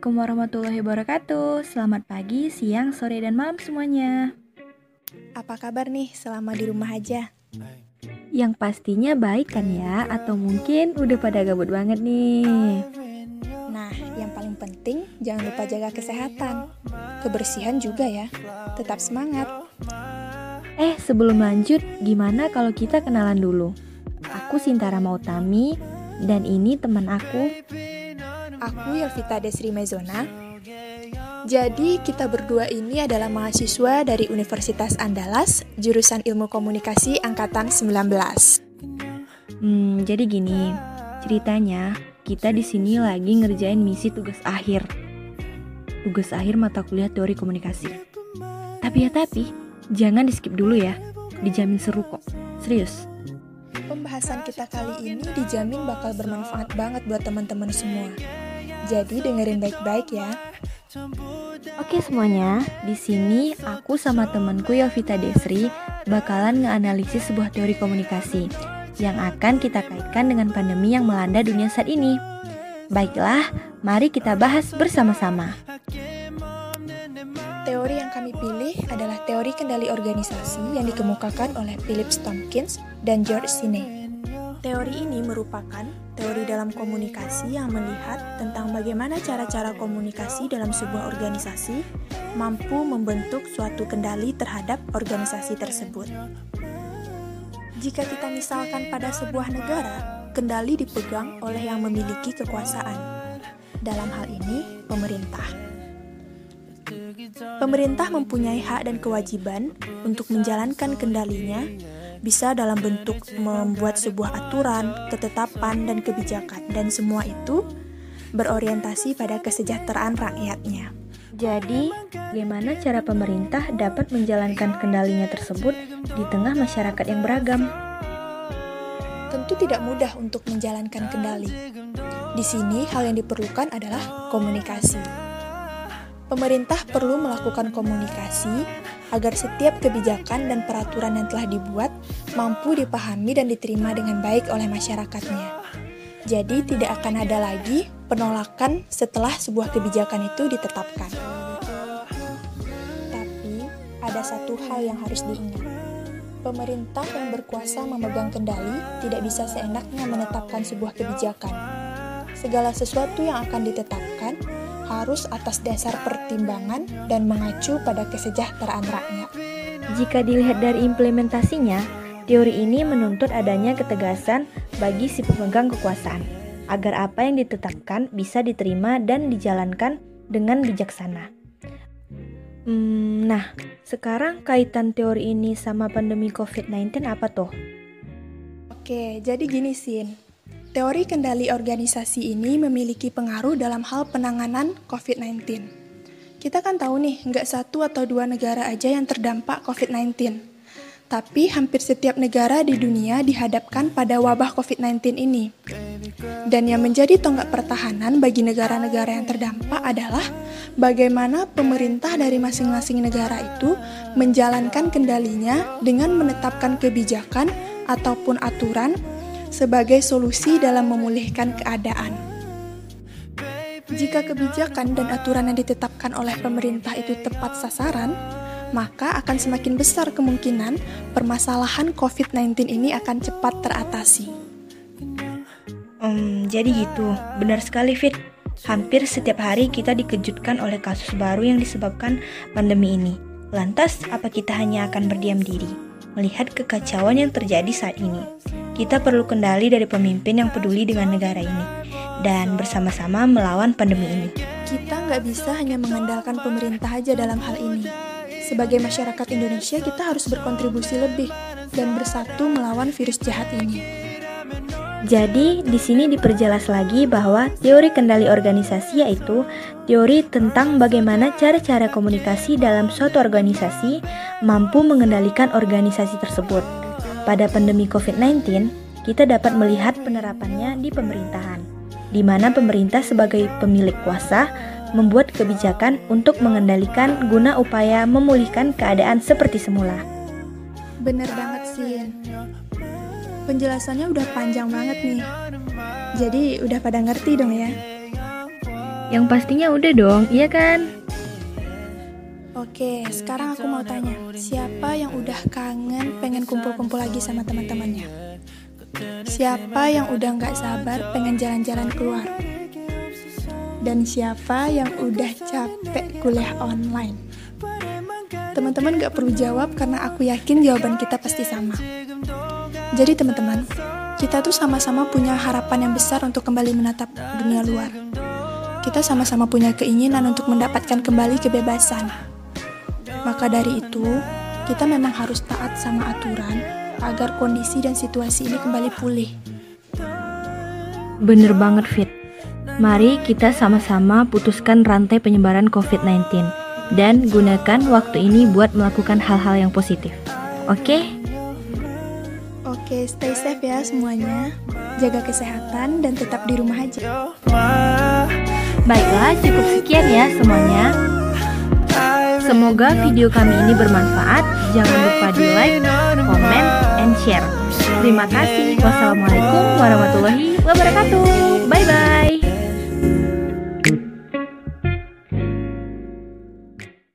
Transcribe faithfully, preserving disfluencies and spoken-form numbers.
Assalamualaikum warahmatullahi wabarakatuh. Selamat pagi, siang, sore, dan malam semuanya. Apa kabar nih selama di rumah aja? Yang pastinya baik kan ya? Atau mungkin udah pada gabut banget nih? Nah, yang paling penting jangan lupa jaga kesehatan. Kebersihan juga ya. Tetap semangat. Eh, sebelum lanjut, gimana kalau kita kenalan dulu? Aku Sintara Mautami, dan ini teman aku. Aku Yelvita Desri Mezona. Jadi kita berdua ini adalah mahasiswa dari Universitas Andalas, jurusan Ilmu Komunikasi Angkatan sembilan belas. Hmm, jadi gini, ceritanya kita di sini lagi ngerjain misi tugas akhir. Tugas akhir mata kuliah teori komunikasi. Tapi ya tapi, jangan di-skip dulu ya. Dijamin seru kok. Serius. Pembahasan kita kali ini dijamin bakal bermanfaat banget buat teman-teman semua. Jadi dengerin baik-baik ya. Oke semuanya, di sini aku sama temanku Yelvita Desri bakalan ngeanalisis sebuah teori komunikasi yang akan kita kaitkan dengan pandemi yang melanda dunia saat ini. Baiklah, mari kita bahas bersama-sama. Teori yang kami pilih adalah teori kendali organisasi yang dikemukakan oleh Philip Tompkins dan George Sinek. Teori ini merupakan teori dalam komunikasi yang melihat tentang bagaimana cara-cara komunikasi dalam sebuah organisasi mampu membentuk suatu kendali terhadap organisasi tersebut. Jika kita misalkan pada sebuah negara, kendali dipegang oleh yang memiliki kekuasaan. Dalam hal ini, pemerintah. Pemerintah mempunyai hak dan kewajiban untuk menjalankan kendalinya, bisa dalam bentuk membuat sebuah aturan, ketetapan, dan kebijakan, dan semua itu berorientasi pada kesejahteraan rakyatnya. Jadi, bagaimana cara pemerintah dapat menjalankan kendalinya tersebut di tengah masyarakat yang beragam? Tentu tidak mudah untuk menjalankan kendali. Di sini, hal yang diperlukan adalah komunikasi. Pemerintah perlu melakukan komunikasi agar setiap kebijakan dan peraturan yang telah dibuat mampu dipahami dan diterima dengan baik oleh masyarakatnya. Jadi tidak akan ada lagi penolakan setelah sebuah kebijakan itu ditetapkan. Tapi ada satu hal yang harus diingat. Pemerintah yang berkuasa memegang kendali tidak bisa seenaknya menetapkan sebuah kebijakan. Segala sesuatu yang akan ditetapkan harus atas dasar pertimbangan dan mengacu pada kesejahteraan rakyat. Jika dilihat dari implementasinya, teori ini menuntut adanya ketegasan bagi si pemegang kekuasaan, agar apa yang ditetapkan bisa diterima dan dijalankan dengan bijaksana. Hmm, nah, sekarang kaitan teori ini sama pandemi covid sembilan belas apa tuh? Oke, jadi gini Sin. Teori kendali organisasi ini memiliki pengaruh dalam hal penanganan covid sembilan belas. Kita kan tahu nih, nggak satu atau dua negara aja yang terdampak covid sembilan belas. Tapi hampir setiap negara di dunia dihadapkan pada wabah covid sembilan belas ini. Dan yang menjadi tonggak pertahanan bagi negara-negara yang terdampak adalah bagaimana pemerintah dari masing-masing negara itu menjalankan kendalinya dengan menetapkan kebijakan ataupun aturan sebagai solusi dalam memulihkan keadaan. Jika kebijakan dan aturan yang ditetapkan oleh pemerintah itu tepat sasaran, maka akan semakin besar kemungkinan permasalahan covid sembilan belas ini akan cepat teratasi. Hmm, jadi gitu, benar sekali Fit. Hampir setiap hari kita dikejutkan oleh kasus baru yang disebabkan pandemi ini. Lantas, apa kita hanya akan berdiam diri melihat kekacauan yang terjadi saat ini? Kita perlu kendali dari pemimpin yang peduli dengan negara ini dan bersama-sama melawan pandemi ini. Kita nggak bisa hanya mengandalkan pemerintah aja dalam hal ini. Sebagai masyarakat Indonesia, kita harus berkontribusi lebih dan bersatu melawan virus jahat ini. Jadi, di sini diperjelas lagi bahwa teori kendali organisasi yaitu teori tentang bagaimana cara-cara komunikasi dalam suatu organisasi mampu mengendalikan organisasi tersebut. Pada pandemi covid sembilan belas, kita dapat melihat penerapannya di pemerintahan, di mana pemerintah sebagai pemilik kuasa membuat kebijakan untuk mengendalikan guna upaya memulihkan keadaan seperti semula. Bener banget sih. Penjelasannya udah panjang banget nih. Jadi udah pada ngerti dong ya? Yang pastinya udah dong, iya kan? Oke, sekarang aku mau tanya, siapa yang udah kangen pengen kumpul-kumpul lagi sama teman-temannya? Siapa yang udah nggak sabar pengen jalan-jalan keluar? Dan siapa yang udah capek kuliah online? Teman-teman nggak perlu jawab karena aku yakin jawaban kita pasti sama. Jadi teman-teman, kita tuh sama-sama punya harapan yang besar untuk kembali menatap dunia luar. Kita sama-sama punya keinginan untuk mendapatkan kembali kebebasan. Maka dari itu, kita memang harus taat sama aturan agar kondisi dan situasi ini kembali pulih. Bener banget, Fit. Mari kita sama-sama putuskan rantai penyebaran covid sembilan belas dan gunakan waktu ini buat melakukan hal-hal yang positif. Oke? Oke, stay safe ya semuanya. Jaga kesehatan dan tetap di rumah aja. Baiklah, cukup sekian ya semuanya. Semoga video kami ini bermanfaat. Jangan lupa di like, comment, and share. Terima kasih. Wassalamualaikum warahmatullahi wabarakatuh. Bye-bye.